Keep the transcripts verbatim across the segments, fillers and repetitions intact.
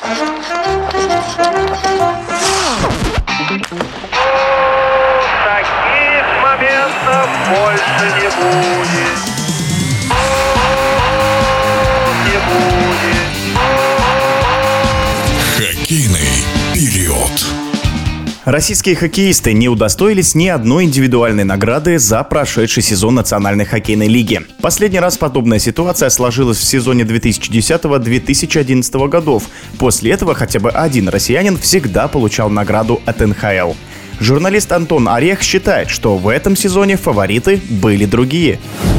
Таких моментов больше не будет. Не будет. Хоккейный период. Российские хоккеисты не удостоились ни одной индивидуальной награды за прошедший сезон Национальной хоккейной лиги. Последний раз подобная ситуация сложилась в сезоне две тысячи десятого - две тысячи одиннадцатого годов. После этого хотя бы один россиянин всегда получал награду от эн ха эл. Журналист Антон Орех считает, что в этом сезоне фавориты были другие.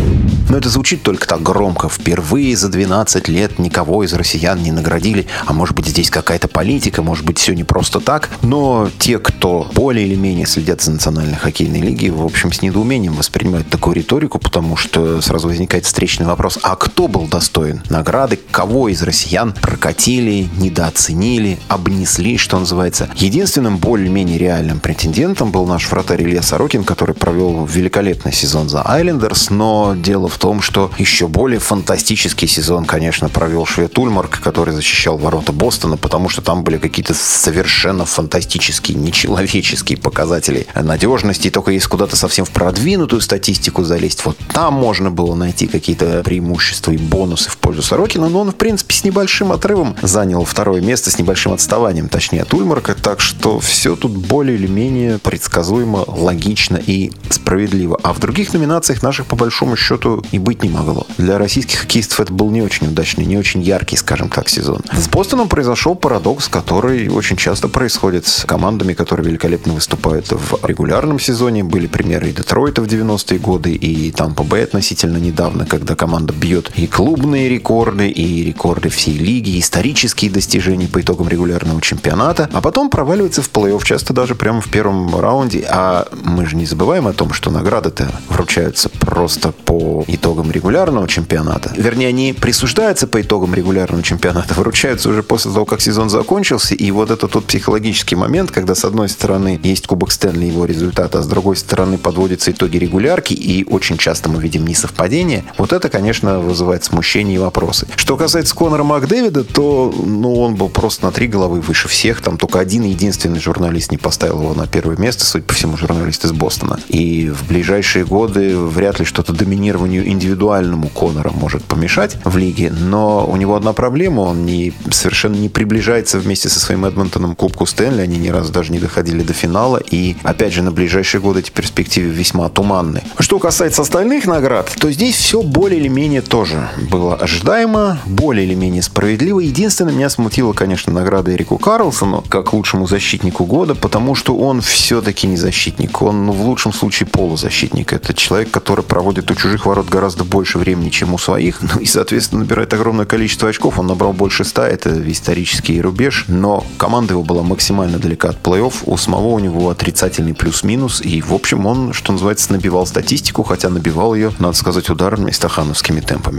Но это звучит только так громко. Впервые за двенадцать лет никого из россиян не наградили. А может быть, здесь какая-то политика, может быть, все не просто так. Но те, кто более или менее следят за Национальной хоккейной лигой, в общем, с недоумением воспринимают такую риторику, потому что сразу возникает встречный вопрос: а кто был достоин награды? Кого из россиян прокатили, недооценили, обнесли, что называется? Единственным более-менее реальным претендентом был наш вратарь Илья Сорокин, который провел великолепный сезон за Айлендерс, но дело в том, что еще более фантастический сезон, конечно, провел швед Ульмарк, который защищал ворота Бостона, потому что там были какие-то совершенно фантастические, нечеловеческие показатели надежности. И только если куда-то совсем в продвинутую статистику залезть, вот там можно было найти какие-то преимущества и бонусы в пользу Сорокина. Но он, в принципе, с небольшим отрывом занял второе место, с небольшим отставанием, точнее, от Ульмарка. Так что все тут более или менее предсказуемо, логично и справедливо. А в других номинациях наших, по большому счету, и быть не могло. Для российских хоккеистов это был не очень удачный, не очень яркий, скажем так, сезон. С Бостоном произошел парадокс, который очень часто происходит с командами, которые великолепно выступают в регулярном сезоне. Были примеры и Детройта в девяностые годы, и Тампа Бэй относительно недавно, когда команда бьет и клубные рекорды, и рекорды всей лиги, исторические достижения по итогам регулярного чемпионата, а потом проваливается в плей-офф, часто даже прямо в первом раунде. А мы же не забываем о том, что награды-то вручаются просто по итогам регулярного чемпионата. Вернее, они присуждаются по итогам регулярного чемпионата, вручаются уже после того, как сезон закончился. И вот этот тот психологический момент, когда с одной стороны есть Кубок Стэнли, его результат, а с другой стороны подводятся итоги регулярки, и очень часто мы видим несовпадение. Вот это, конечно, вызывает смущение и вопросы. Что касается Конора Макдэвида, то ну, он был просто на три головы выше всех. Там только один единственный журналист не поставил его на первое место, судя по всему, журналист из Бостона. И в ближайшие годы вряд ли что-то доминированию индивидуальному Конора может помешать в лиге, но у него одна проблема: он не, совершенно не приближается вместе со своим Эдмонтоном к Кубку Стэнли, они ни разу даже не доходили до финала, и опять же на ближайшие годы эти перспективы весьма туманны. Что касается остальных наград, то здесь все более или менее тоже было ожидаемо, более или менее справедливо. Единственное, меня смутило, конечно, награда Эрику Карлсону как лучшему защитнику года, потому что он все-таки не защитник, он ну, в лучшем случае полузащитник. Это человек, который проводит у чужих ворот гораздо больше времени, чем у своих, ну и, соответственно, набирает огромное количество очков. Он набрал больше ста, это исторический рубеж, но команда его была максимально далека от плей-офф, у самого у него отрицательный плюс-минус, и, в общем, он, что называется, набивал статистику, хотя набивал ее, надо сказать, ударными стахановскими темпами.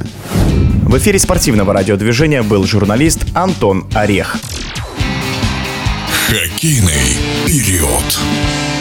В эфире спортивного радиодвижения был журналист Антон Орех. Хоккейный период.